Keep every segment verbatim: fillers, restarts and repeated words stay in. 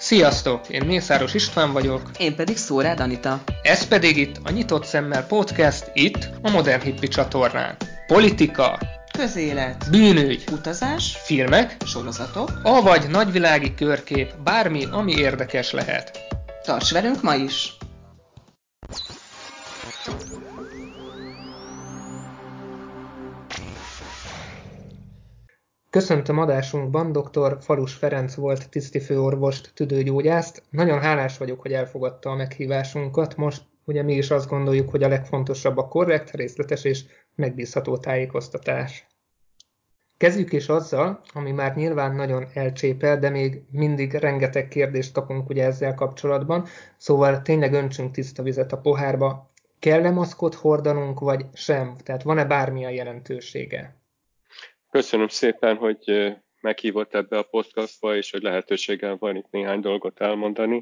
Sziasztok! Én Mészáros István vagyok. Én pedig Szórád Anita. Ez pedig itt a Nyitott Szemmel Podcast, itt a Modern Hippi csatornán. Politika, közélet, bűnügy, utazás, filmek, sorozatok, avagy nagyvilági körkép, bármi, ami érdekes lehet. Tarts velünk ma is! Köszöntöm adásunkban dr. Falus Ferenc volt tisztifőorvost, tüdőgyógyászt. Nagyon hálás vagyok, hogy elfogadta a meghívásunkat. Most ugye mi is azt gondoljuk, hogy a legfontosabb a korrekt, részletes és megbízható tájékoztatás. Kezdjük is azzal, ami már nyilván nagyon elcsépel, de még mindig rengeteg kérdést kapunk ugye ezzel kapcsolatban, szóval tényleg öntsünk tiszta vizet a pohárba. Kell-e maszkot hordanunk, vagy sem? Tehát van-e bármilyen jelentősége? Köszönöm szépen, hogy meghívott ebbe a podcastba, és hogy lehetőségem van itt néhány dolgot elmondani.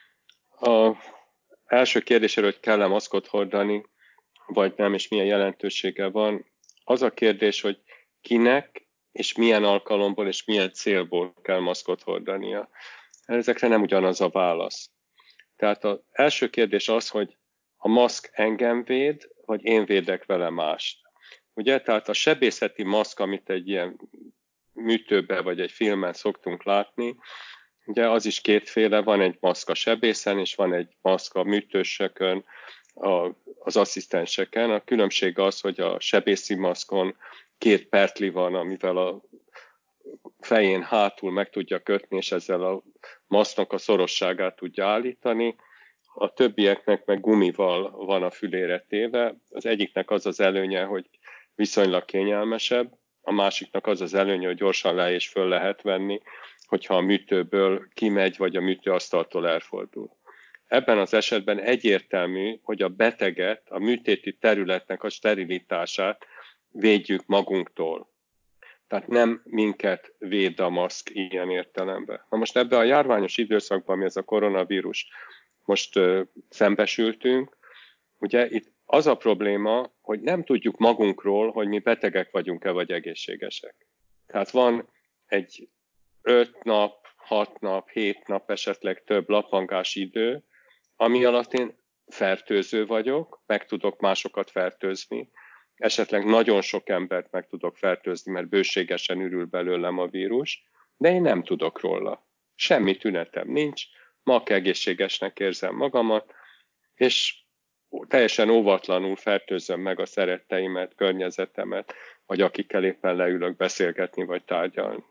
Az első kérdésre, hogy kell-e maszkot hordani, vagy nem, és milyen jelentősége van. Az a kérdés, hogy kinek, és milyen alkalomból, és milyen célból kell maszkot hordania. Ezekre nem ugyanaz a válasz. Tehát az első kérdés az, hogy a maszk engem véd, vagy én védek vele mást. Ugye, tehát a sebészeti maszk, amit egy ilyen műtőben vagy egy filmen szoktunk látni, ugye az is kétféle, van egy maszk a sebészen, és van egy maszk a műtősökön, a, az asszisztenseken. A különbség az, hogy a sebészi maszkon két pertli van, amivel a fején hátul meg tudja kötni, és ezzel a maszknak a szorosságát tudja állítani. A többieknek meg gumival van a fülére téve. Az egyiknek az az előnye, hogy viszonylag kényelmesebb, a másiknak az az előnye, hogy gyorsan le és föl lehet venni, hogyha a műtőből kimegy, vagy a műtőasztaltól elfordul. Ebben az esetben egyértelmű, hogy a beteget, a műtéti területnek a sterilitását védjük magunktól. Tehát nem minket véd a maszk ilyen értelemben. Na most ebben a járványos időszakban, ami ez a koronavírus, most uh, szembesültünk, ugye itt az a probléma, hogy nem tudjuk magunkról, hogy mi betegek vagyunk-e, vagy egészségesek. Tehát van egy öt nap, hat nap, hét nap, esetleg több lapangás idő, ami alatt én fertőző vagyok, meg tudok másokat fertőzni, esetleg nagyon sok embert meg tudok fertőzni, mert bőségesen ürül belőlem a vírus, de én nem tudok róla. Semmi tünetem nincs, ma egészségesnek érzem magamat, és teljesen óvatlanul fertőzöm meg a szeretteimet, környezetemet, vagy akikkel éppen leülök beszélgetni, vagy tárgyalni.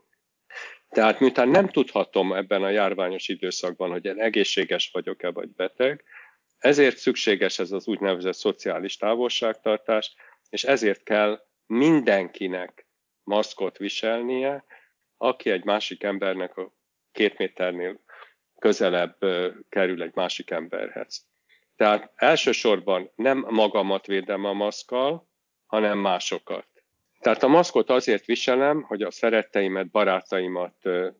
Tehát miután nem tudhatom ebben a járványos időszakban, hogy én egészséges vagyok-e, vagy beteg, ezért szükséges ez az úgynevezett szociális távolságtartás, és ezért kell mindenkinek maszkot viselnie, aki egy másik embernek a két méternél közelebb kerül egy másik emberhez. Tehát elsősorban nem magamat védem a maszkkal, hanem másokat. Tehát a maszkot azért viselem, hogy a szeretteimet, barátaimat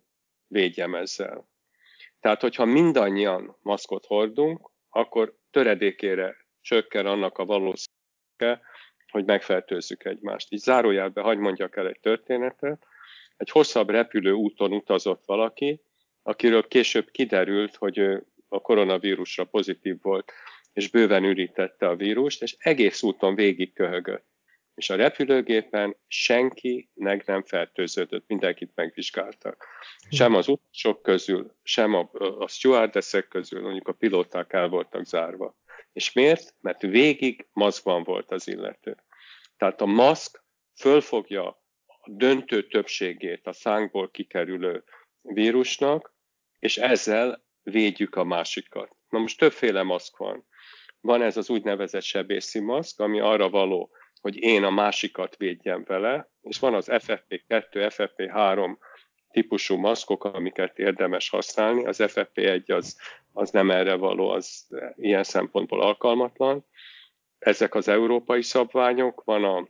védjem ezzel. Tehát, hogyha mindannyian maszkot hordunk, akkor töredékére csökken annak a valószínűsége, hogy megfertőzzük egymást. Így zárójelben hadd mondjak el egy történetet. Egy hosszabb repülő úton utazott valaki, akiről később kiderült, hogy ő a koronavírusra pozitív volt, és bőven ürítette a vírust, és egész úton végig köhögött. És a repülőgépen senki meg nem fertőződött, mindenkit megvizsgáltak. Sem az utasok közül, sem a, a stewardessek közül, mondjuk a pilóták el voltak zárva. És miért? Mert végig maszkban volt az illető. Tehát a maszk fölfogja a döntő többségét a szánkból kikerülő vírusnak, és ezzel védjük a másikat. Na most többféle maszk van. Van ez az úgynevezett sebészi maszk, ami arra való, hogy én a másikat védjem vele, és van az F F P kettő, F F P három típusú maszkok, amiket érdemes használni. Az F F P egy az, az nem erre való, az ilyen szempontból alkalmatlan. Ezek az európai szabványok, van a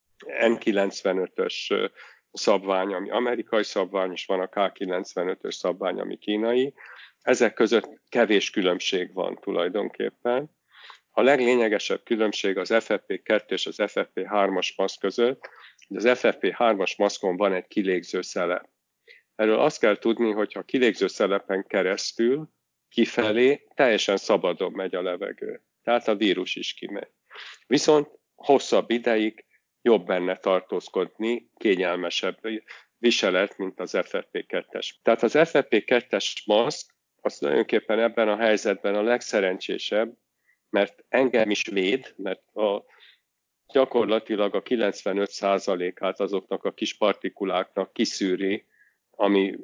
N kilencvenötös szabvány, ami amerikai szabvány, és van a K kilencvenötös szabvány, ami kínai. Ezek között kevés különbség van tulajdonképpen. A leglényegesebb különbség az F F P kettő és az F F P hármas maszk között, hogy az F F P hármas maszkon van egy kilégző szele. Erről azt kell tudni, hogy a kilégző szelepen keresztül kifelé teljesen szabadon megy a levegő. Tehát a vírus is kimegy. Viszont hosszabb ideig jobb benne tartózkodni, kényelmesebb viselet, mint az ef ef pé kettes. Tehát az ef ef pé kettes maszk az tulajdonképpen ebben a helyzetben a legszerencsésebb, mert engem is véd, mert a, gyakorlatilag a kilencvenöt százalékát azoknak a kis partikuláknak kiszűri, amire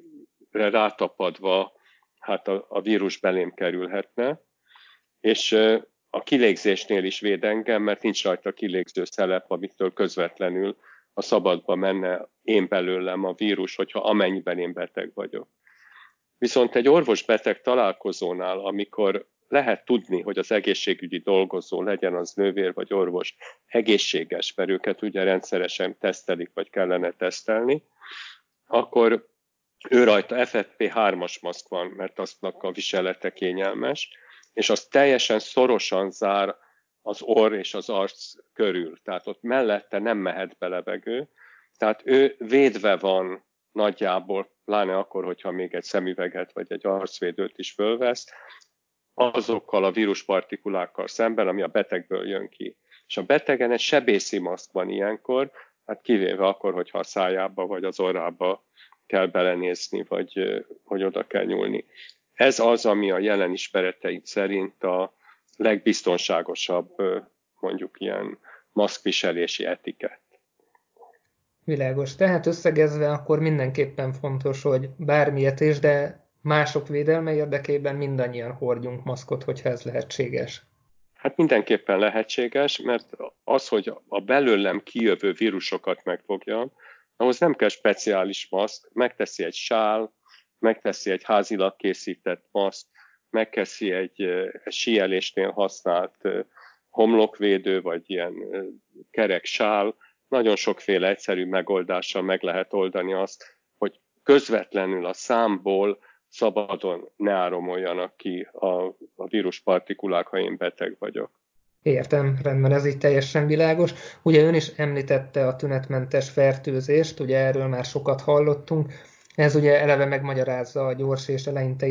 rátapadva hát a, a vírus belém kerülhetne, és a kilégzésnél is véd engem, mert nincs rajta kilégző szelep, amitől közvetlenül a szabadba menne én belőlem a vírus, hogyha amennyiben én beteg vagyok. Viszont egy orvos-beteg találkozónál, amikor lehet tudni, hogy az egészségügyi dolgozó, legyen az nővér vagy orvos, egészséges, mert őket ugye rendszeresen tesztelik, vagy kellene tesztelni, akkor ő rajta ef ef pé hármas maszk van, mert aztnak a viselete kényelmes, és az teljesen szorosan zár az orr és az arc körül. Tehát ott mellette nem mehet be levegő. Tehát ő védve van nagyjából, pláne akkor, hogyha még egy szemüveget vagy egy arcvédőt is fölvesz, azokkal a víruspartikulákkal szemben, ami a betegből jön ki. És a betegen egy sebészi maszk van ilyenkor, hát kivéve akkor, hogyha a szájába vagy az orrába kell belenézni, vagy hogy oda kell nyúlni. Ez az, ami a jelen ismereteink szerint a legbiztonságosabb, mondjuk ilyen maszkviselési etikett. Világos. Tehát összegezve akkor mindenképpen fontos, hogy bármilyet is, de mások védelme érdekében mindannyian hordjunk maszkot, hogyha ez lehetséges. Hát mindenképpen lehetséges, mert az, hogy a belőlem kijövő vírusokat megfogjam, ahhoz nem kell speciális maszk, megteszi egy sál, megteszi egy házilag készített maszk, megteszi egy, egy síelésnél használt homlokvédő, vagy ilyen kerek sál. Nagyon sokféle egyszerű megoldással meg lehet oldani azt, hogy közvetlenül a számból szabadon ne áramoljanak ki a, a víruspartikulák, ha én beteg vagyok. Értem, rendben, ez így teljesen világos. Ugye ön is említette a tünetmentes fertőzést, ugye erről már sokat hallottunk. Ez ugye eleve megmagyarázza a gyors és eleinte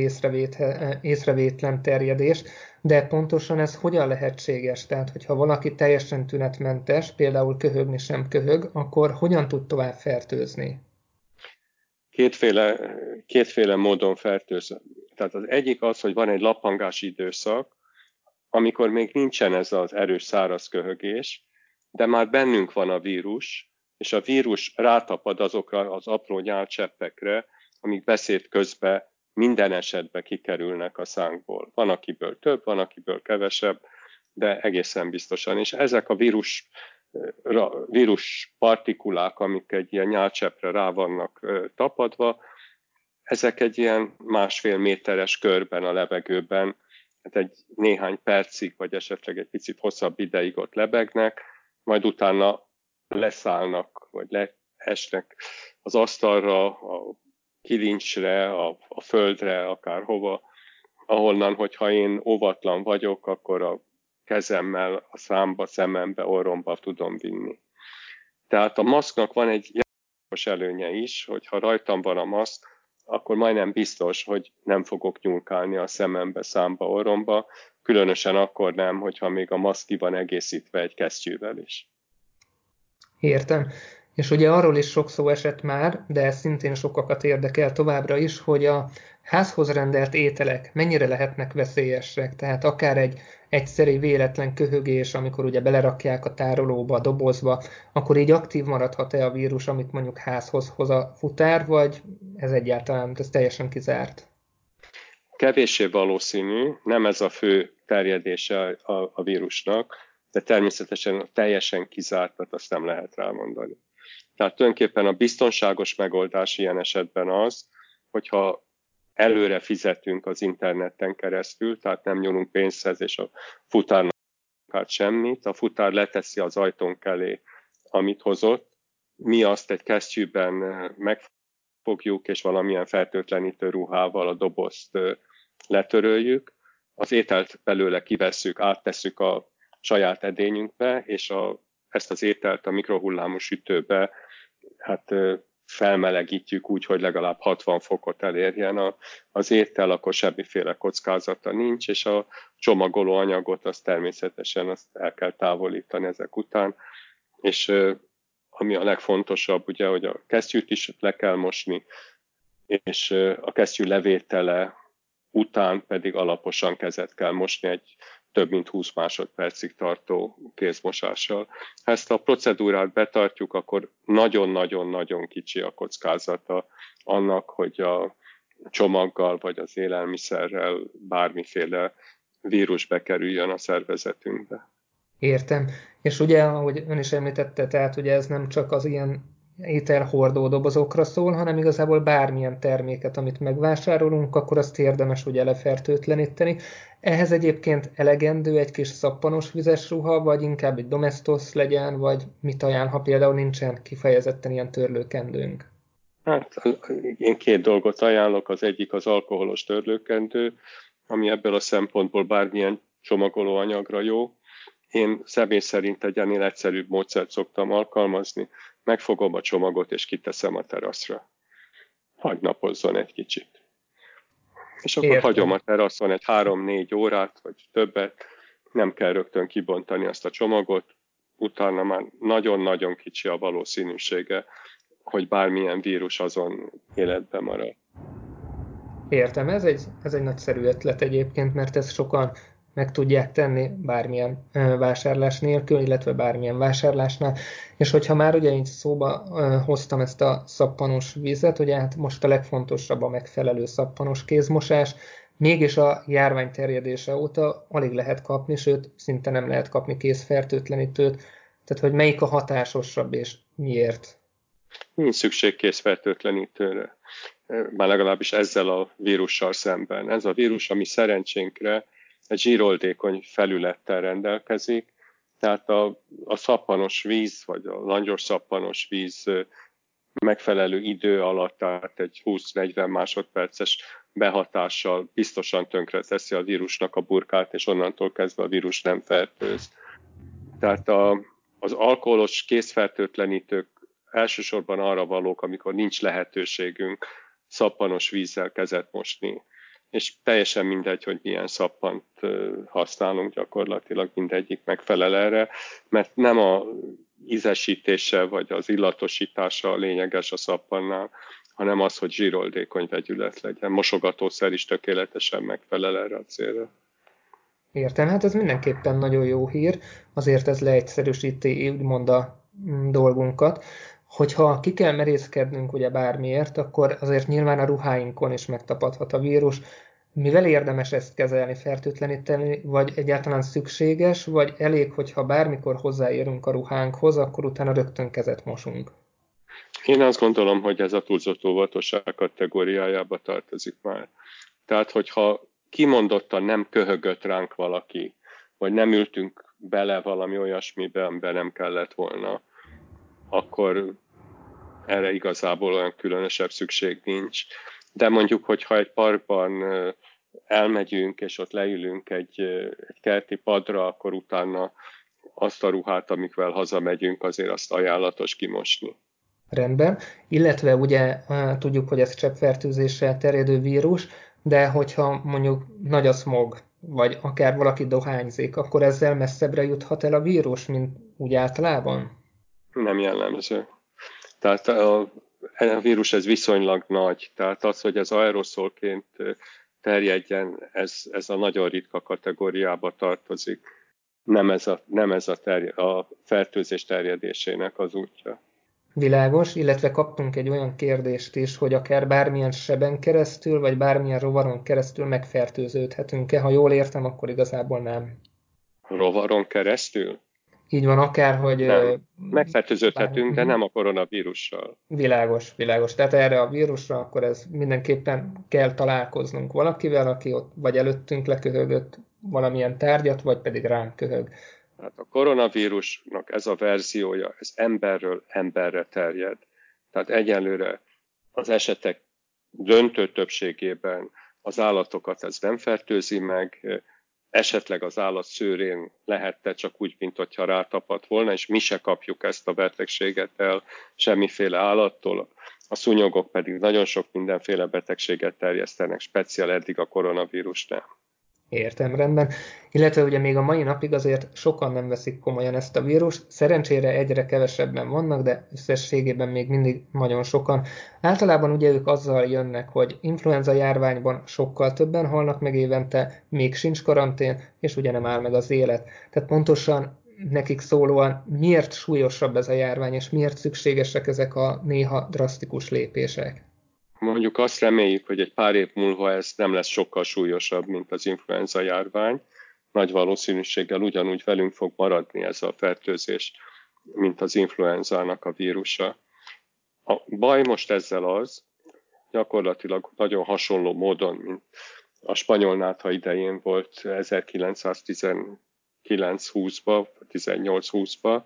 észrevétlen terjedést, de pontosan ez hogyan lehetséges? Tehát, hogyha valaki teljesen tünetmentes, például köhögni sem köhög, akkor hogyan tud tovább fertőzni? Kétféle, kétféle módon fertőz. Tehát az egyik az, hogy van egy lappangási időszak, amikor még nincsen ez az erős száraz köhögés, de már bennünk van a vírus, és a vírus rátapad azokra az apró nyálcseppekre, amik beszéd közben minden esetben kikerülnek a szánkból. Van, akiből több, van, akiből kevesebb, de egészen biztosan. És ezek a vírus, vírus partikulák, amik egy ilyen nyálcseppre rá vannak tapadva, ezek egy ilyen másfél méteres körben a levegőben, hát egy néhány percig, vagy esetleg egy picit hosszabb ideig ott lebegnek, majd utána leszállnak, vagy leesnek az asztalra, a kilincsre, a, a földre, akárhova, ahonnan, hogyha én óvatlan vagyok, akkor a kezemmel a számba, szemembe, orromba tudom vinni. Tehát a maszknak van egy játékos előnye is, hogyha rajtam van a maszk, akkor majdnem biztos, hogy nem fogok nyúlkálni a szemembe, számba, orromba, különösen akkor nem, hogyha még a maszk ki van egészítve egy kesztyűvel is. Értem. És ugye arról is sok szó esett már, de szintén sokakat érdekel továbbra is, hogy a házhoz rendelt ételek mennyire lehetnek veszélyesek. Tehát akár egy egyszeri véletlen köhögés, amikor ugye belerakják a tárolóba, a dobozba, akkor így aktív maradhat-e a vírus, amit mondjuk házhoz hoz a futár, vagy ez egyáltalán ez teljesen kizárt? Kevéssé valószínű, nem ez a fő terjedése a, a vírusnak, de természetesen teljesen kizártat azt nem lehet rámondani. Tehát tulajdonképpen a biztonságos megoldás ilyen esetben az, hogyha előre fizetünk az interneten keresztül, tehát nem nyúlunk pénzhez, és a futárnak át semmit, a futár leteszi az ajtónk elé, amit hozott, mi azt egy kesztyűben megfogjuk, és valamilyen fertőtlenítő ruhával a dobozt letöröljük, az ételt belőle kivesszük, áttesszük a saját edényünkbe, és a, ezt az ételt a mikrohullámú sütőbe hát felmelegítjük úgy, hogy legalább hatvan fokot elérjen az étel, akkor semmiféle kockázata nincs, és a csomagoló anyagot azt természetesen azt el kell távolítani ezek után. És ami a legfontosabb, ugye, hogy a kesztyűt is le kell mosni, és a kesztyű levétele után pedig alaposan kezet kell mosni egy több mint húsz másodpercig tartó kézmosással. Ha ezt a procedúrát betartjuk, akkor nagyon-nagyon-nagyon kicsi a kockázata annak, hogy a csomaggal vagy az élelmiszerrel bármiféle vírus bekerüljön a szervezetünkbe. Értem. És ugye, ahogy ön is említette, tehát ugye ez nem csak az ilyen ételhordó dobozokra szól, hanem igazából bármilyen terméket, amit megvásárolunk, akkor azt érdemes ugye lefertőtleníteni. Ehhez egyébként elegendő egy kis szappanos vizes ruha, vagy inkább egy domestos legyen, vagy mit ajánl, ha például nincsen kifejezetten ilyen törlőkendőnk? Hát én két dolgot ajánlok, az egyik az alkoholos törlőkendő, ami ebből a szempontból bármilyen csomagolóanyagra jó. Én személy szerint egy ennél egyszerűbb módszert szoktam alkalmazni, megfogom a csomagot és kiteszem a teraszra. Hagy napozzon egy kicsit. És akkor Értem. hagyom a teraszon egy három-négy órát, vagy többet, nem kell rögtön kibontani azt a csomagot, utána már nagyon-nagyon kicsi a valószínűsége, hogy bármilyen vírus azon életben marad. Értem, ez egy, ez egy nagyszerű ötlet egyébként, mert ezt sokan meg tudják tenni bármilyen vásárlás nélkül, illetve bármilyen vásárlásnál. És hogyha már ugye így szóba hoztam ezt a szappanos vizet, ugye hát most a legfontosabb a megfelelő szappanos kézmosás, mégis a járvány terjedése óta alig lehet kapni, sőt, szinte nem lehet kapni kézfertőtlenítőt. Tehát, hogy melyik a hatásosabb és miért? Nincs szükség kézfertőtlenítőre, már legalábbis ezzel a vírussal szemben. Ez a vírus, ami szerencsénkre egy zsíroldékony felülettel rendelkezik, tehát a, a szappanos víz, vagy a langyos szappanos víz megfelelő idő alatt, tehát egy húsz-negyven másodperces behatással biztosan tönkre teszi a vírusnak a burkát, és onnantól kezdve a vírus nem fertőz. Tehát a, az alkoholos kézfertőtlenítők elsősorban arra valók, amikor nincs lehetőségünk szappanos vízzel kezet mosni. És teljesen mindegy, hogy milyen szappant használunk, gyakorlatilag mindegyik megfelel erre, mert nem a ízesítése vagy az illatosítása a lényeges a szappannál, hanem az, hogy zsíroldékony vegyület legyen. Mosogatószer is tökéletesen megfelel erre a célra. Értem, hát ez mindenképpen nagyon jó hír, azért ez leegyszerűsíti úgymond a dolgunkat. Hogyha ki kell merészkednünk ugye bármiért, akkor azért nyilván a ruháinkon is megtapadhat a vírus. Mivel érdemes ezt kezelni, fertőtleníteni, vagy egyáltalán szükséges, vagy elég, hogyha bármikor hozzáérünk a ruhánkhoz, akkor utána rögtön kezet mosunk? Én azt gondolom, hogy ez a túlzott óvatosság kategóriájába tartozik már. Tehát, hogyha kimondottan nem köhögött ránk valaki, vagy nem ültünk bele valami olyasmibe, amiben nem kellett volna, akkor erre igazából olyan különösebb szükség nincs. De mondjuk, hogyha egy parkban elmegyünk, és ott leülünk egy, egy kerti padra, akkor utána azt a ruhát, amikvel hazamegyünk, azért azt ajánlatos kimosni. Rendben, illetve ugye tudjuk, hogy ez cseppfertőzéssel terjedő vírus, de hogyha mondjuk nagy a szmog, vagy akár valaki dohányzik, akkor ezzel messzebbre juthat el a vírus, mint úgy általában? Nem jellemző. Tehát a, a vírus ez viszonylag nagy, tehát az, hogy ez aeroszolként terjedjen, ez, ez a nagyon ritka kategóriába tartozik. Nem ez a, nem ez a, terje, a fertőzés terjedésének az útja. Világos, illetve kaptunk egy olyan kérdést is, hogy akár bármilyen seben keresztül, vagy bármilyen rovaron keresztül megfertőződhetünk-e. Ha jól értem, akkor igazából nem. Rovaron keresztül? Így van, akár, hogy... Nem. Megfertőződhetünk, bármi... de nem a koronavírussal. Világos, világos. Tehát erre a vírusra akkor ez mindenképpen kell találkoznunk valakivel, aki ott vagy előttünk leköhögött valamilyen tárgyat, vagy pedig ránk köhög. Hát a koronavírusnak ez a verziója, ez emberről emberre terjed. Tehát egyelőre az esetek döntő többségében az állatokat ez nem fertőzi meg, esetleg az állat szőrén lehette csak úgy, mint hogyha rátapadt volna, és mi se kapjuk ezt a betegséget el semmiféle állattól. a szúnyogok pedig nagyon sok mindenféle betegséget terjesztenek, speciál eddig a koronavírusnál. Értem, rendben. Illetve ugye még a mai napig azért sokan nem veszik komolyan ezt a vírust. Szerencsére egyre kevesebben vannak, de összességében még mindig nagyon sokan. Általában ugye ők azzal jönnek, hogy influenza járványban sokkal többen halnak meg évente, még sincs karantén, és ugye nem áll meg az élet. Tehát pontosan nekik szólóan miért súlyosabb ez a járvány, és miért szükségesek ezek a néha drasztikus lépések? Mondjuk azt reméljük, hogy egy pár év múlva ez nem lesz sokkal súlyosabb, mint az influenza járvány. Nagy valószínűséggel ugyanúgy velünk fog maradni ez a fertőzés, mint az influenzának a vírusa. A baj most ezzel az, gyakorlatilag nagyon hasonló módon, mint a spanyol nátha idején volt ezerkilencszáztizenkilenc-húszban, tizennyolc-húszban,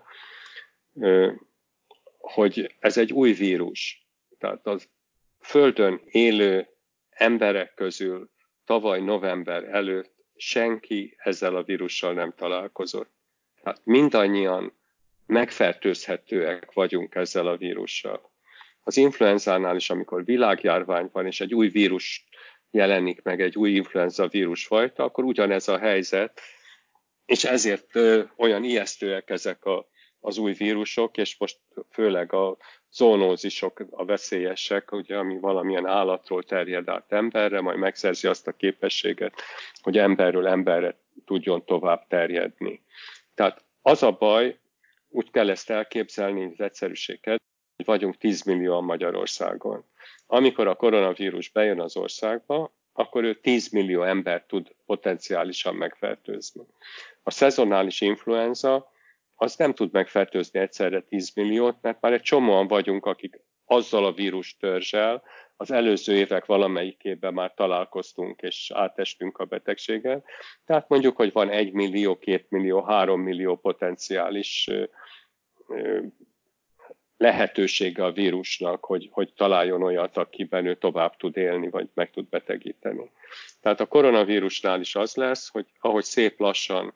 hogy ez egy új vírus. Tehát az Földön élő emberek közül tavaly november előtt senki ezzel a vírussal nem találkozott. Tehát mindannyian megfertőzhetőek vagyunk ezzel a vírussal. Az influenzánál is, amikor világjárvány van, és egy új vírus jelenik meg, egy új influenza vírusfajta, akkor ugyanez a helyzet, és ezért ö, olyan ijesztőek ezek a, az új vírusok, és most főleg a zoonózisok a veszélyesek, ugye, ami valamilyen állatról terjed át emberre, majd megszerzi azt a képességet, hogy emberről emberre tudjon tovább terjedni. Tehát az a baj, úgy kell ezt elképzelni, az egyszerűséget, hogy vagyunk tíz millióan Magyarországon. Amikor a koronavírus bejön az országba, akkor ő tíz millió ember tud potenciálisan megfertőzni. A szezonális influenza az nem tud megfertőzni egyszerre tíz milliót, mert már egy csomóan vagyunk, akik azzal a vírus törzsel az előző évek valamelyikében már találkoztunk és átestünk a betegségen. Tehát mondjuk, hogy van egy millió, két millió, három millió potenciális lehetősége a vírusnak, hogy, hogy találjon olyat, akiben ő tovább tud élni, vagy meg tud betegíteni. Tehát a koronavírusnál is az lesz, hogy ahogy szép lassan,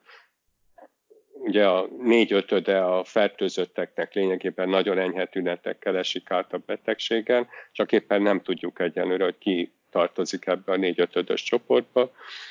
ugye a négy-ötöde a fertőzötteknek lényegében nagyon enyhe tünetekkel esik át a betegségen, csak éppen nem tudjuk egyenlőre, hogy ki tartozik ebbe a négy-ötödös csoportba,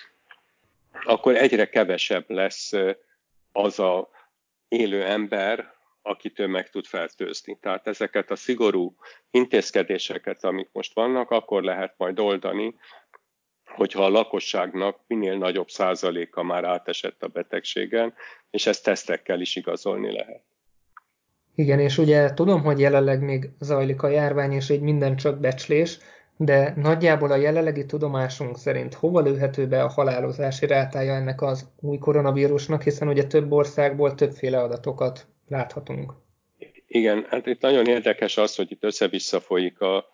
akkor egyre kevesebb lesz az a élő ember, akit ő meg tud fertőzni. Tehát ezeket a szigorú intézkedéseket, amik most vannak, akkor lehet majd oldani, hogyha a lakosságnak minél nagyobb százaléka már átesett a betegségen, és ezt tesztekkel is igazolni lehet. Igen, és ugye tudom, hogy jelenleg még zajlik a járvány, és így minden csak becslés, de nagyjából a jelenlegi tudomásunk szerint hova lőhető be a halálozási rátája ennek az új koronavírusnak, hiszen ugye több országból többféle adatokat láthatunk. Igen, hát itt nagyon érdekes az, hogy itt össze-vissza folyik a,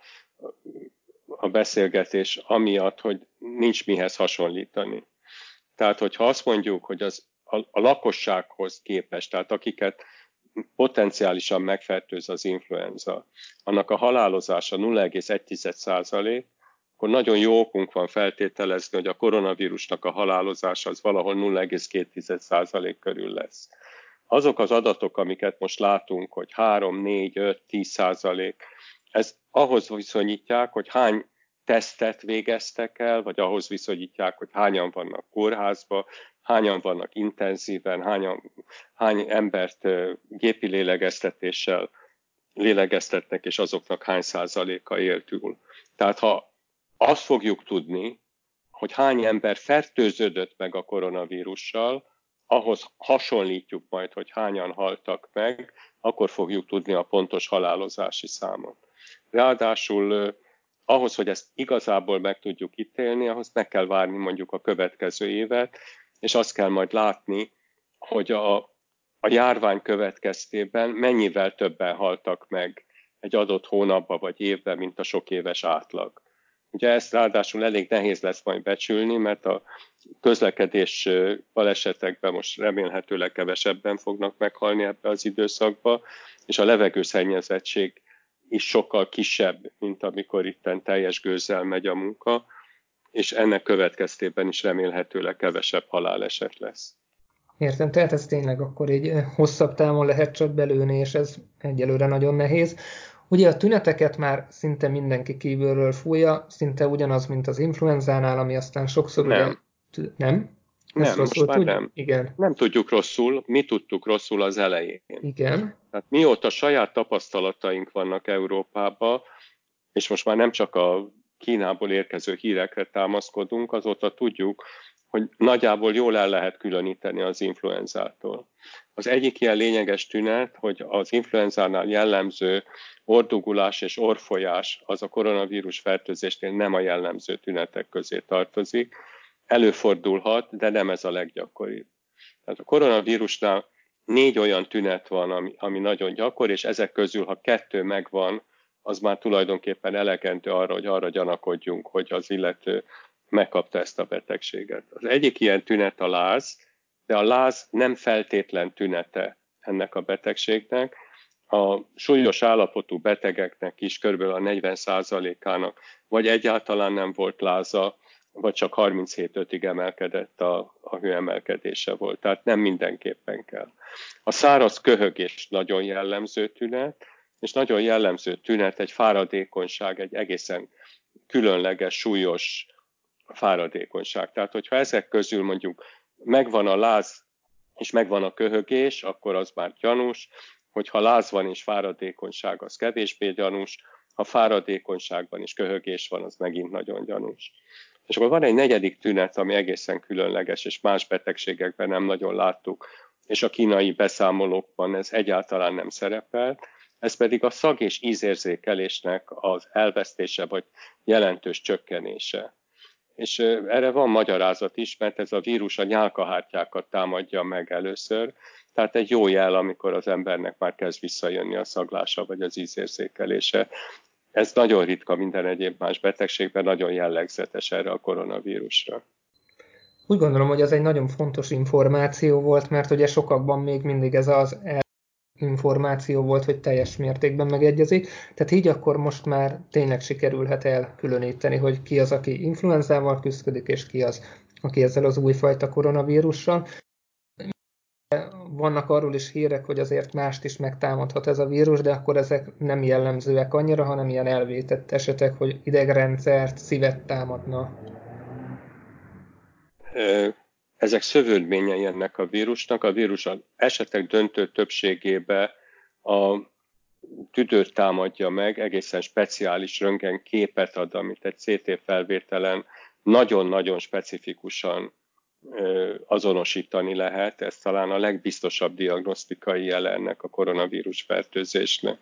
a beszélgetés, amiatt, hogy nincs mihez hasonlítani. Tehát, hogyha azt mondjuk, hogy az, a, a lakossághoz képest, tehát akiket potenciálisan megfertőz az influenza, annak a halálozása nulla egész egy százalék, akkor nagyon jó okunk van feltételezni, hogy a koronavírusnak a halálozása az valahol nulla egész két százalék körül lesz. Azok az adatok, amiket most látunk, hogy három, négy, öt, tíz százalék, ez ahhoz viszonyítják, hogy hány tesztet végeztek el, vagy ahhoz viszonyítják, hogy hányan vannak kórházba, hányan vannak intenzíven, hányan, hány embert gépi lélegeztetéssel lélegeztetnek, és azoknak hány százaléka él túl. Tehát ha azt fogjuk tudni, hogy hány ember fertőződött meg a koronavírussal, ahhoz hasonlítjuk majd, hogy hányan haltak meg, akkor fogjuk tudni a pontos halálozási számot. Ráadásul ahhoz, hogy ezt igazából meg tudjuk ítélni, ahhoz meg kell várni mondjuk a következő évet, és azt kell majd látni, hogy a, a járvány következtében mennyivel többen haltak meg egy adott hónapban vagy évben, mint a sok éves átlag. Ugye ezt ráadásul elég nehéz lesz majd becsülni, mert a közlekedés balesetekben most remélhetőleg kevesebben fognak meghalni ebbe az időszakba, és a levegőszennyezettség is sokkal kisebb, mint amikor itten teljes gőzzel megy a munka, és ennek következtében is remélhetőleg kevesebb haláleset lesz. Értem, tehát ez tényleg akkor egy hosszabb távon lehet csak belőni, és ez egyelőre nagyon nehéz. Ugye a tüneteket már szinte mindenki kívülről fújja, szinte ugyanaz, mint az influenzánál, ami aztán sokszor Nem. ugye... Nem? Nem, most már nem. Igen. Nem tudjuk rosszul, mi tudtuk rosszul az elején. Igen. Tehát mióta saját tapasztalataink vannak Európában, és most már nem csak a Kínából érkező hírekre támaszkodunk, azóta tudjuk, hogy nagyjából jól el lehet különíteni az influenzától. Az egyik ilyen lényeges tünet, hogy az influenzánál jellemző orrdugulás és orrfolyás az a koronavírus fertőzésnél nem a jellemző tünetek közé tartozik. Előfordulhat, de nem ez a leggyakoribb. Tehát a koronavírusnál négy olyan tünet van, ami, ami nagyon gyakori, és ezek közül, ha kettő megvan, az már tulajdonképpen elegendő arra, hogy arra gyanakodjunk, hogy az illető megkapta ezt a betegséget. Az egyik ilyen tünet a láz, de a láz nem feltétlen tünete ennek a betegségnek. A súlyos állapotú betegeknek is kb. A negyven százalékának vagy egyáltalán nem volt láza, vagy csak harminchét egész ötig emelkedett a, a hőemelkedése volt. Tehát nem mindenképpen kell. A száraz köhögés nagyon jellemző tünet, és nagyon jellemző tünet egy fáradékonyság, egy egészen különleges, súlyos fáradékonyság. Tehát, hogyha ezek közül mondjuk megvan a láz és megvan a köhögés, akkor az már gyanús, hogyha láz van és fáradékonyság, az kevésbé gyanús, ha fáradékonyságban is köhögés van, az megint nagyon gyanús. És akkor van egy negyedik tünet, ami egészen különleges, és más betegségekben nem nagyon láttuk, és a kínai beszámolókban ez egyáltalán nem szerepel, ez pedig a szag- és ízérzékelésnek az elvesztése vagy jelentős csökkenése. És erre van magyarázat is, mert ez a vírus a nyálkahártyákat támadja meg először, tehát egy jó jel, amikor az embernek már kezd visszajönni a szaglása vagy az ízérzékelése. Ez nagyon ritka minden egyéb más betegségben, nagyon jellegzetes erre a koronavírusra. Úgy gondolom, hogy ez egy nagyon fontos információ volt, mert ugye sokakban még mindig ez az információ volt, hogy teljes mértékben megegyezik. Tehát így akkor most már tényleg sikerülhet elkülöníteni, hogy ki az, aki influenzával küzdik, és ki az, aki ezzel az újfajta koronavírussal. Vannak arról is hírek, hogy azért mást is megtámadhat ez a vírus, de akkor ezek nem jellemzőek annyira, hanem ilyen elvétett esetek, hogy idegrendszert, szívet támadna. Ezek szövődményei ennek a vírusnak. A vírus az esetek döntő többségében a tüdőt támadja meg, egészen speciális röntgen képet ad, amit egy cé té felvételen nagyon-nagyon specifikusan azonosítani lehet. Ez talán a legbiztosabb diagnosztikai jele ennek a koronavírus fertőzésnek.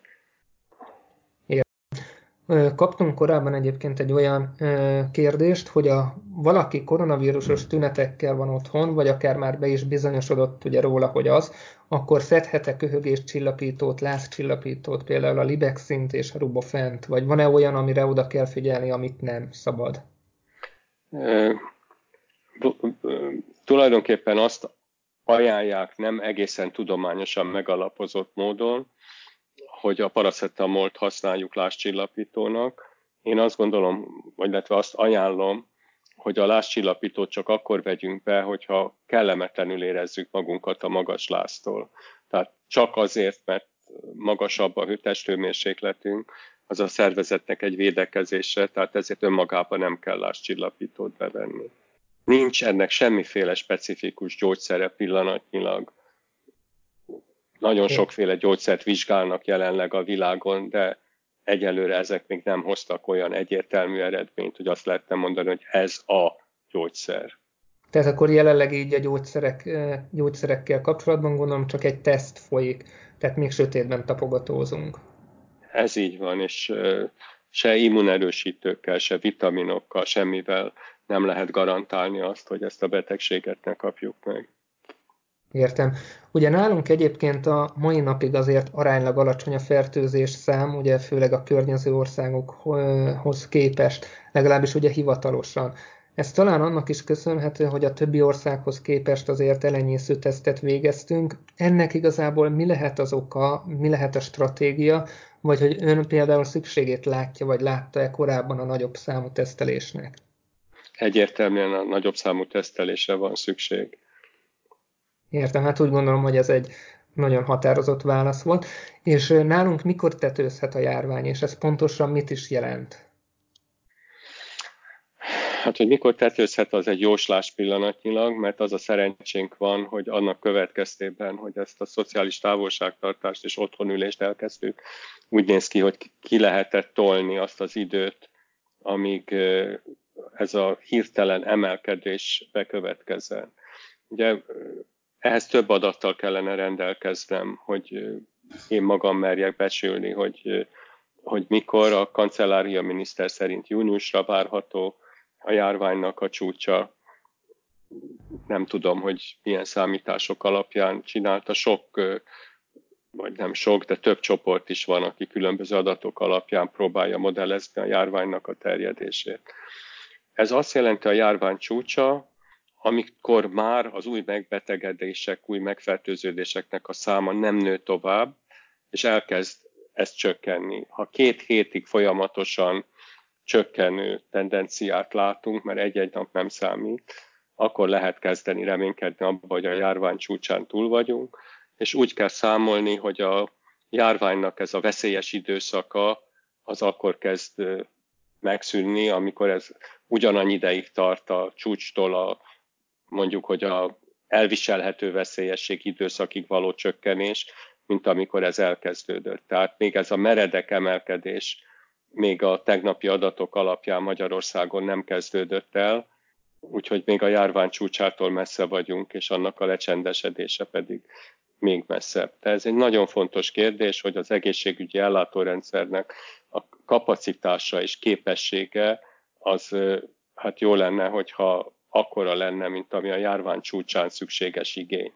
Kaptunk korábban egyébként egy olyan kérdést, hogy a valaki koronavírusos tünetekkel van otthon, vagy akár már be is bizonyosodott ugye róla, hogy az, akkor szedhet-e köhögéscsillapítót, lázcsillapítót, például a Libexint és a Rubofent, vagy van-e olyan, amire oda kell figyelni, amit nem szabad? E, tulajdonképpen azt ajánlják nem egészen tudományosan megalapozott módon, hogy a paracetamolt használjuk lázcsillapítónak. Én azt gondolom, vagy illetve azt ajánlom, hogy a lázcsillapítót csak akkor vegyünk be, hogyha kellemetlenül érezzük magunkat a magas láztól. Tehát csak azért, mert magasabb a testhőmérsékletünk, az a szervezetnek egy védekezése, tehát ezért önmagában nem kell lázcsillapítót bevenni. Nincs ennek semmiféle specifikus gyógyszere pillanatnyilag. Nagyon sokféle gyógyszert vizsgálnak jelenleg a világon, de egyelőre ezek még nem hoztak olyan egyértelmű eredményt, hogy azt lehetne mondani, hogy ez a gyógyszer. Tehát akkor jelenleg így a gyógyszerek, gyógyszerekkel kapcsolatban gondolom csak egy teszt folyik, tehát még sötétben tapogatózunk. Ez így van, és se immunerősítőkkel, se vitaminokkal, semmivel nem lehet garantálni azt, hogy ezt a betegséget ne kapjuk meg. Értem. Ugye nálunk egyébként a mai napig azért aránylag alacsony a fertőzés szám, ugye főleg a környező országokhoz képest, legalábbis ugye hivatalosan. Ez talán annak is köszönhető, hogy a többi országhoz képest azért elenyésző tesztet végeztünk. Ennek igazából mi lehet az oka, mi lehet a stratégia, vagy hogy ön például szükségét látja, vagy látta-e korábban a nagyobb számú tesztelésnek? Egyértelműen a nagyobb számú tesztelésre van szükség. Értem, hát úgy gondolom, hogy ez egy nagyon határozott válasz volt. És nálunk mikor tetőzhet a járvány, és ez pontosan mit is jelent? Hát, hogy mikor tetőzhet, az egy jóslás pillanatnyilag, mert az a szerencsénk van, hogy annak következtében, hogy ezt a szociális távolságtartást és otthonülést elkezdtük, úgy néz ki, hogy ki lehetett tolni azt az időt, amíg ez a hirtelen emelkedés bekövetkezzen. Ugye ehhez több adattal kellene rendelkeznem, hogy én magam merjek becsülni, hogy, hogy mikor. A kancellária miniszter szerint júniusra várható a járványnak a csúcsa. Nem tudom, hogy milyen számítások alapján csinálta. Sok, vagy nem sok, de több csoport is van, aki különböző adatok alapján próbálja modellezni a járványnak a terjedését. Ez azt jelenti, a járvány csúcsa, amikor már az új megbetegedések, új megfertőződéseknek a száma nem nő tovább, és elkezd ez csökkenni. Ha két hétig folyamatosan csökkenő tendenciát látunk, mert egy-egy nap nem számít, akkor lehet kezdeni reménykedni abban, hogy a járvány csúcsán túl vagyunk, és úgy kell számolni, hogy a járványnak ez a veszélyes időszaka az akkor kezd megszűnni, amikor ez ugyanannyi ideig tart a csúcstól a mondjuk, hogy a elviselhető veszélyesség időszakig való csökkenés, mint amikor ez elkezdődött. Tehát még ez a meredek emelkedés még a tegnapi adatok alapján Magyarországon nem kezdődött el, úgyhogy még a járvány csúcsától messze vagyunk, és annak a lecsendesedése pedig még messzebb. Tehát ez egy nagyon fontos kérdés, hogy az egészségügyi ellátórendszernek a kapacitása és képessége az hát jó lenne, hogyha akkora lenne, mint ami a járvány csúcsán szükséges igény.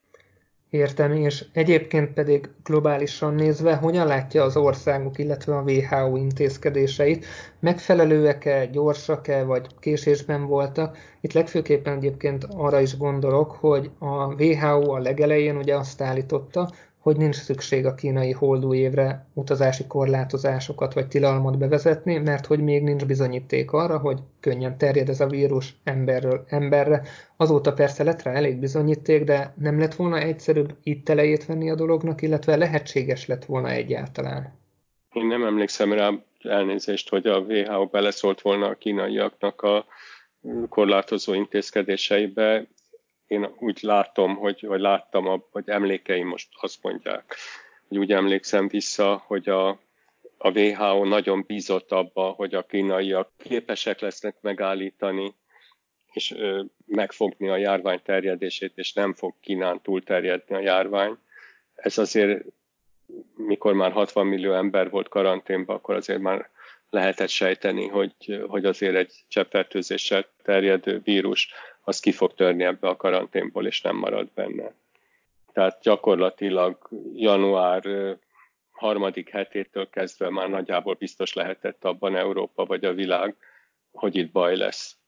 Értem, és egyébként pedig globálisan nézve, hogyan látja az országok, illetve a dupla vé há ó intézkedéseit? Megfelelőek-e, gyorsak-e, vagy késésben voltak? Itt legfőképpen egyébként arra is gondolok, hogy a dupla vé há ó a legelején ugye azt állította, hogy nincs szükség a kínai holdúj évre utazási korlátozásokat vagy tilalmat bevezetni, mert hogy még nincs bizonyíték arra, hogy könnyen terjed ez a vírus emberről emberre. Azóta persze lett rá elég bizonyíték, de nem lett volna egyszerűbb itt elejét venni a dolognak, illetve lehetséges lett volna egyáltalán? Én nem emlékszem rá, elnézést, hogy a dupla vé há ó beleszólt volna a kínaiaknak a korlátozó intézkedéseibe. Én úgy látom, hogy, vagy láttam, vagy emlékeim most azt mondják, hogy úgy emlékszem vissza, hogy a, a dupla vé há ó nagyon bízott abba, hogy a kínaiak képesek lesznek megállítani, és ö, megfogni a járvány terjedését, és nem fog Kínán túlterjedni a járvány. Ez azért, mikor már hatvan millió ember volt karanténban, akkor azért már lehetett sejteni, hogy, hogy azért egy cseppfertőzéssel terjedő vírus az ki fog törni ebbe a karanténból, és nem marad benne. Tehát gyakorlatilag január harmadik hetétől kezdve már nagyjából biztos lehetett abban Európa vagy a világ, hogy itt baj lesz.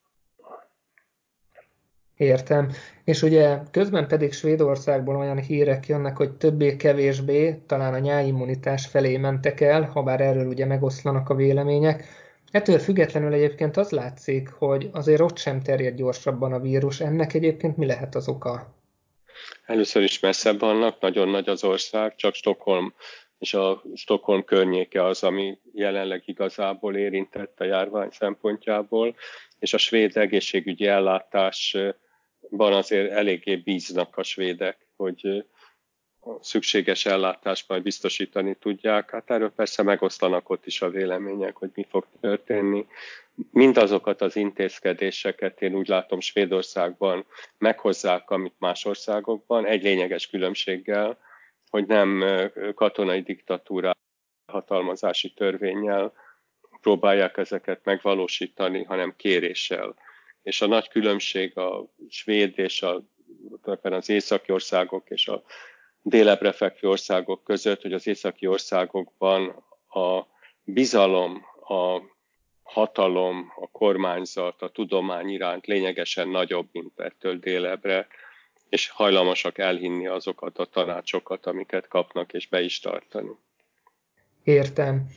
Értem. És ugye közben pedig Svédországból olyan hírek jönnek, hogy többé-kevésbé talán a nyáimmunitás felé mentek el, ha bár erről ugye megoszlanak a vélemények. Ettől függetlenül egyébként az látszik, hogy azért ott sem terjed gyorsabban a vírus. Ennek egyébként mi lehet az oka? Először is messzebb vannak, nagyon nagy az ország, csak Stockholm és a Stockholm környéke az, ami jelenleg igazából érintett a járvány szempontjából, és a svéd egészségügyi ellátásban azért eléggé bíznak a svédek, hogy a szükséges ellátást majd biztosítani tudják. Hát erről persze megoszlanak ott is a vélemények, hogy mi fog történni. Mindazokat az intézkedéseket én úgy látom Svédországban meghozzák, amit más országokban, egy lényeges különbséggel, hogy nem katonai diktatúrá hatalmazási törvénnyel próbálják ezeket megvalósítani, hanem kéréssel. És a nagy különbség a svéd és a, az északi országok és a délebbre fekvő országok között, hogy az északi országokban a bizalom, a hatalom, a kormányzat, a tudomány iránt lényegesen nagyobb, mint ettől délebre, és hajlamosak elhinni azokat a tanácsokat, amiket kapnak, és be is tartani. Értem.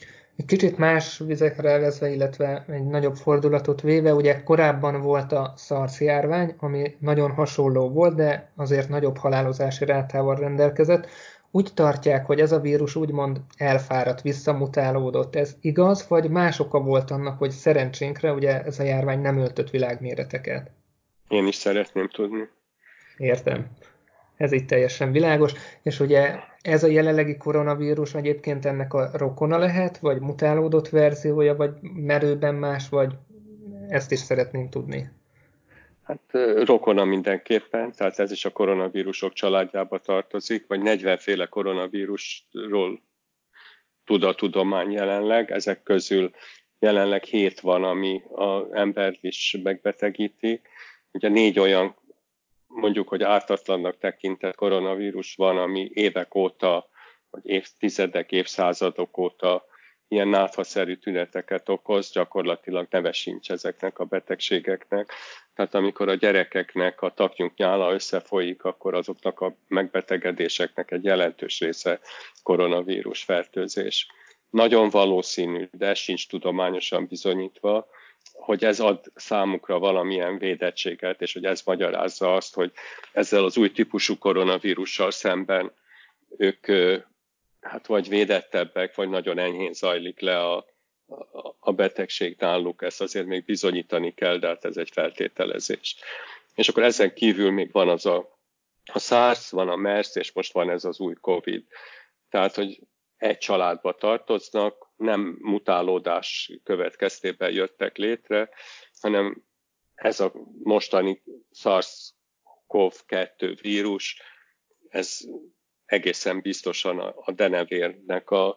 Egy kicsit más vizekre elvezve, illetve egy nagyobb fordulatot véve, ugye korábban volt a SARS járvány, ami nagyon hasonló volt, de azért nagyobb halálozási rátával rendelkezett. Úgy tartják, hogy ez a vírus úgymond elfáradt, visszamutálódott. Ez igaz, vagy más oka volt annak, hogy szerencsénkre ugye ez a járvány nem öltött világméreteket? Én is szeretném tudni. Értem. Ez így teljesen világos. És ugye ez a jelenlegi koronavírus egyébként ennek a rokona lehet, vagy mutálódott verziója, vagy merőben más, vagy ezt is szeretnénk tudni. Hát rokona mindenképpen, tehát ez is a koronavírusok családjába tartozik, vagy negyvenféle koronavírusról tud a tudomány jelenleg. Ezek közül jelenleg hét van, ami az embert is megbetegíti. Ugye négy olyan, mondjuk, hogy ártatlannak tekintett koronavírus van, ami évek óta, vagy évtizedek, évszázadok óta ilyen náthaszerű tüneteket okoz, gyakorlatilag neve sincs ezeknek a betegségeknek. Tehát amikor a gyerekeknek a taknyunk nyála összefolyik, akkor azoknak a megbetegedéseknek egy jelentős része koronavírus fertőzés. Nagyon valószínű, de ez sincs tudományosan bizonyítva, hogy ez ad számukra valamilyen védettséget, és hogy ez magyarázza azt, hogy ezzel az új típusú koronavírussal szemben ők hát vagy védettebbek, vagy nagyon enyhén zajlik le a, a, a betegség náluk. Ezt azért még bizonyítani kell, de hát ez egy feltételezés. És akkor ezen kívül még van az a, a SARS, van a MERS, és most van ez az új Covid. Tehát, hogy egy családba tartoznak, nem mutálódás következtében jöttek létre, hanem ez a mostani SARS-CoV kettő vírus, ez egészen biztosan a denevérnek a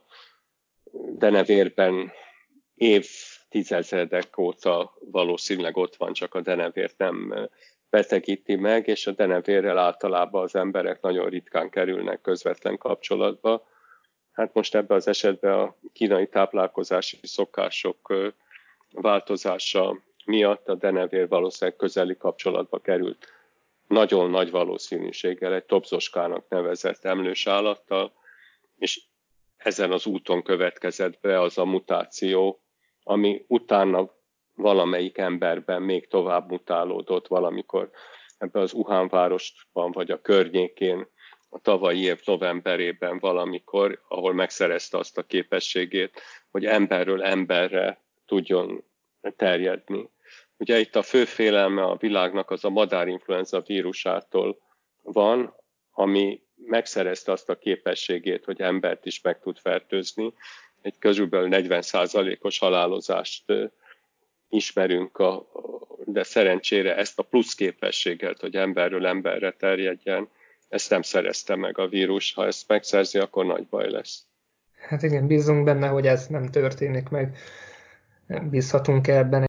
denevérben évtizedek óta valószínűleg ott van, csak a denevért nem betegíti meg, és a denevérrel általában az emberek nagyon ritkán kerülnek közvetlen kapcsolatba. Hát most ebben az esetben a kínai táplálkozási szokások változása miatt a denevér valószínűleg közeli kapcsolatba került nagyon nagy valószínűséggel egy topzoskának nevezett emlős állattal, és ezen az úton következett be az a mutáció, ami utána valamelyik emberben még tovább mutálódott valamikor ebben az Wuhan városban vagy a környékén, a tavalyi év novemberében valamikor, ahol megszerezte azt a képességét, hogy emberről emberre tudjon terjedni. Ugye itt a fő félelme a világnak az a madárinfluenza vírusától van, ami megszerezte azt a képességét, hogy embert is meg tud fertőzni. Egy körülbelül negyven százalékos halálozást ismerünk, a, de szerencsére ezt a plusz képességet, hogy emberről emberre terjedjen, ezt nem szerezte meg a vírus. Ha ezt megszerzi, akkor nagy baj lesz. Hát igen, bízunk benne, hogy ez nem történik meg. Bízhatunk ebben.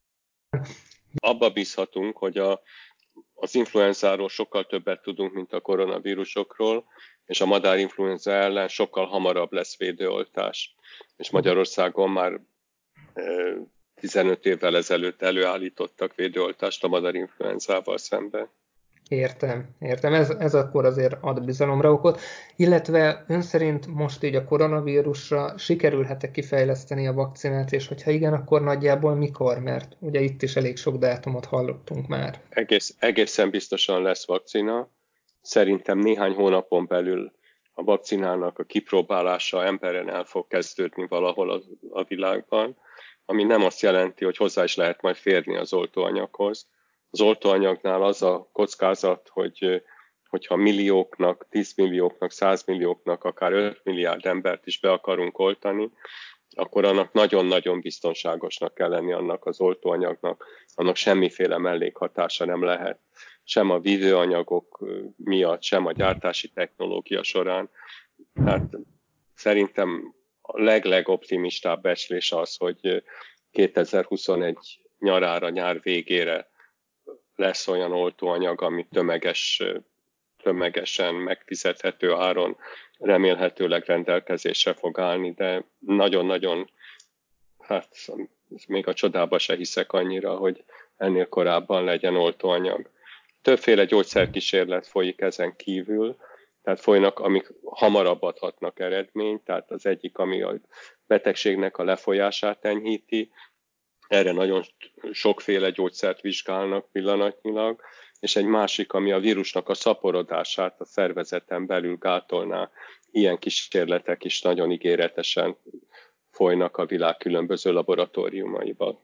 Abba bízhatunk, hogy a, az influenzáról sokkal többet tudunk, mint a koronavírusokról, és a madárinfluenza ellen sokkal hamarabb lesz védőoltás. És Magyarországon már e, tizenöt évvel ezelőtt előállítottak védőoltást a madárinfluenzával szemben. Értem, értem. Ez, ez akkor azért ad bizalomra okot. Illetve ön szerint most így a koronavírusra sikerülhet-e kifejleszteni a vakcinát, és hogyha igen, akkor nagyjából mikor? Mert ugye itt is elég sok dátumot hallottunk már. Egész, egészen biztosan lesz vakcina. Szerintem néhány hónapon belül a vakcinának a kipróbálása emberen el fog kezdődni valahol a, a világban, ami nem azt jelenti, hogy hozzá is lehet majd férni az oltóanyaghoz. Az oltóanyagnál az a kockázat, hogy hogyha millióknak, tízmillióknak, százmillióknak, akár öt milliárd embert is be akarunk oltani, akkor annak nagyon-nagyon biztonságosnak kell lenni annak az oltóanyagnak, annak semmiféle mellékhatása nem lehet, sem a vívőanyagok miatt, sem a gyártási technológia során. Hát szerintem a leg-legoptimistább becslés az, hogy kétezer-huszonegy nyarára, nyár végére lesz olyan oltóanyag, ami tömeges, tömegesen megfizethető áron remélhetőleg rendelkezésre fog állni, de nagyon-nagyon, hát még a csodába se hiszek annyira, hogy ennél korábban legyen oltóanyag. Többféle gyógyszerkísérlet folyik ezen kívül, Tehát folynak, amik hamarabb adhatnak eredményt, tehát az egyik, ami a betegségnek a lefolyását enyhíti, erre nagyon sokféle gyógyszert vizsgálnak pillanatnyilag, és egy másik, ami a vírusnak a szaporodását a szervezeten belül gátolná. Ilyen kísérletek is nagyon ígéretesen folynak a világ különböző laboratóriumaiban.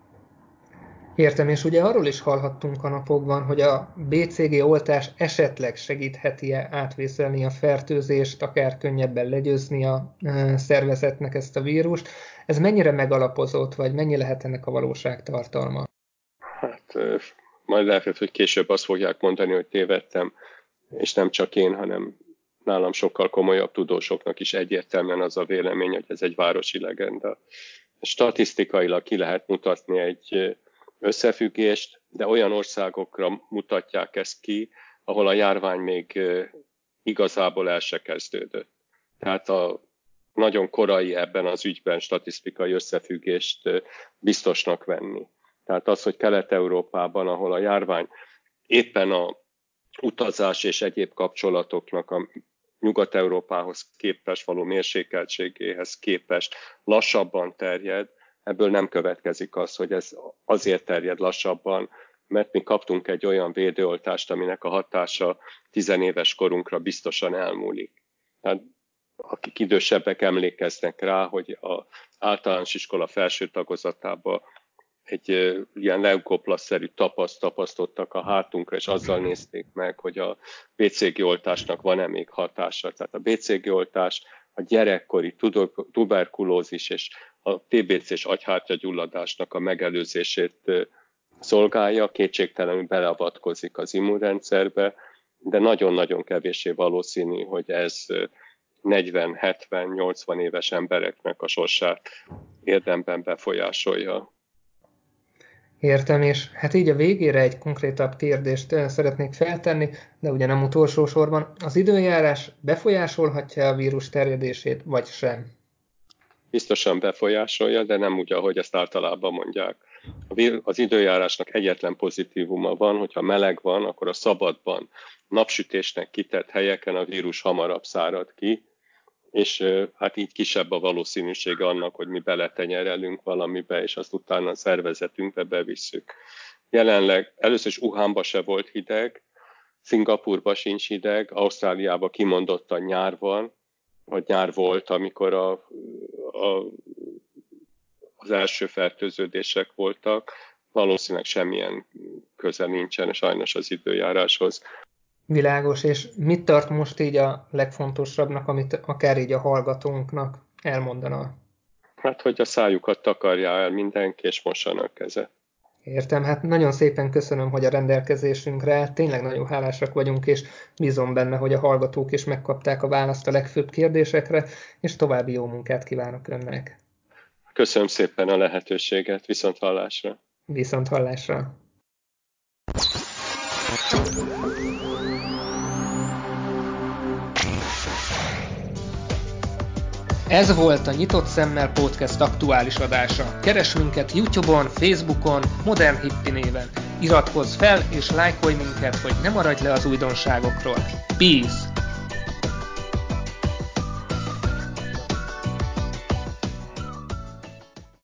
Értem, és ugye arról is hallhattunk a napokban, hogy a bé cé gé oltás esetleg segítheti-e átvészelni a fertőzést, akár könnyebben legyőzni a szervezetnek ezt a vírust. Ez mennyire megalapozott, vagy mennyi lehet ennek a valóságtartalma? Hát majd lehet, hogy később azt fogják mondani, hogy tévedtem, és nem csak én, hanem nálam sokkal komolyabb tudósoknak is egyértelműen az a vélemény, hogy ez egy városi legenda. Statisztikailag ki lehet mutatni egy összefüggést, de olyan országokra mutatják ezt ki, ahol a járvány még igazából el se kezdődött. Tehát a nagyon korai ebben az ügyben statisztikai összefüggést biztosnak venni. Tehát az, hogy Kelet-Európában, ahol a járvány éppen a utazás és egyéb kapcsolatoknak a Nyugat-Európához képest való mérsékeltségéhez képest lassabban terjed, ebből nem következik az, hogy ez azért terjed lassabban, mert mi kaptunk egy olyan védőoltást, aminek a hatása tizenéves korunkra biztosan elmúlik. Tehát akik idősebbek emlékeznek rá, hogy az általános iskola felső tagozatában egy ilyen leukoplaszszerű tapaszt tapasztottak a hátunkra, és azzal nézték meg, hogy a bé cé gé oltásnak van-e még hatása. Tehát a bé cé gé oltás a gyerekkori tuberkulózis és a té bé cés agyhártyagyulladásnak a megelőzését szolgálja, kétségtelenül beleavatkozik az immunrendszerbe, de nagyon-nagyon kevéssé valószínű, hogy ez negyven, hetven, nyolcvan éves embereknek a sorsát érdemben befolyásolja. Értem, és hát így a végére egy konkrétabb kérdést szeretnék feltenni, de ugye nem utolsó sorban. Az időjárás befolyásolhatja a vírus terjedését, vagy sem? Biztosan befolyásolja, de nem úgy, ahogy ezt általában mondják. Az időjárásnak egyetlen pozitívuma van, hogyha meleg van, akkor a szabadban, napsütésnek kitett helyeken a vírus hamarabb szárad ki, és hát így kisebb a valószínűsége annak, hogy mi beletenyerelünk valamibe, és azt utána a szervezetünkbe bevisszük. Jelenleg először is Wuhanba se volt hideg, Szingapurba sincs hideg, Ausztráliában kimondottan nyár van, vagy nyár volt, amikor a, a, az első fertőződések voltak. Valószínűleg semmilyen köze nincsen sajnos az időjáráshoz. Világos, és mit tart most így a legfontosabbnak, amit akár így a hallgatónknak elmondana? Hát, hogy a szájukat takarja el mindenki, és mossanak kezet. Értem, hát nagyon szépen köszönöm, hogy a rendelkezésünkre állt, tényleg nagyon hálásak vagyunk, és bízom benne, hogy a hallgatók is megkapták a választ a legfőbb kérdésekre, és további jó munkát kívánok önnek. Köszönöm szépen a lehetőséget, viszont hallásra. Viszont hallásra. Ez volt a Nyitott Szemmel Podcast aktuális adása. Keresd minket YouTube-on, Facebookon, Modern Hippi néven. Iratkozz fel és lájkolj minket, hogy ne maradj le az újdonságokról. Peace!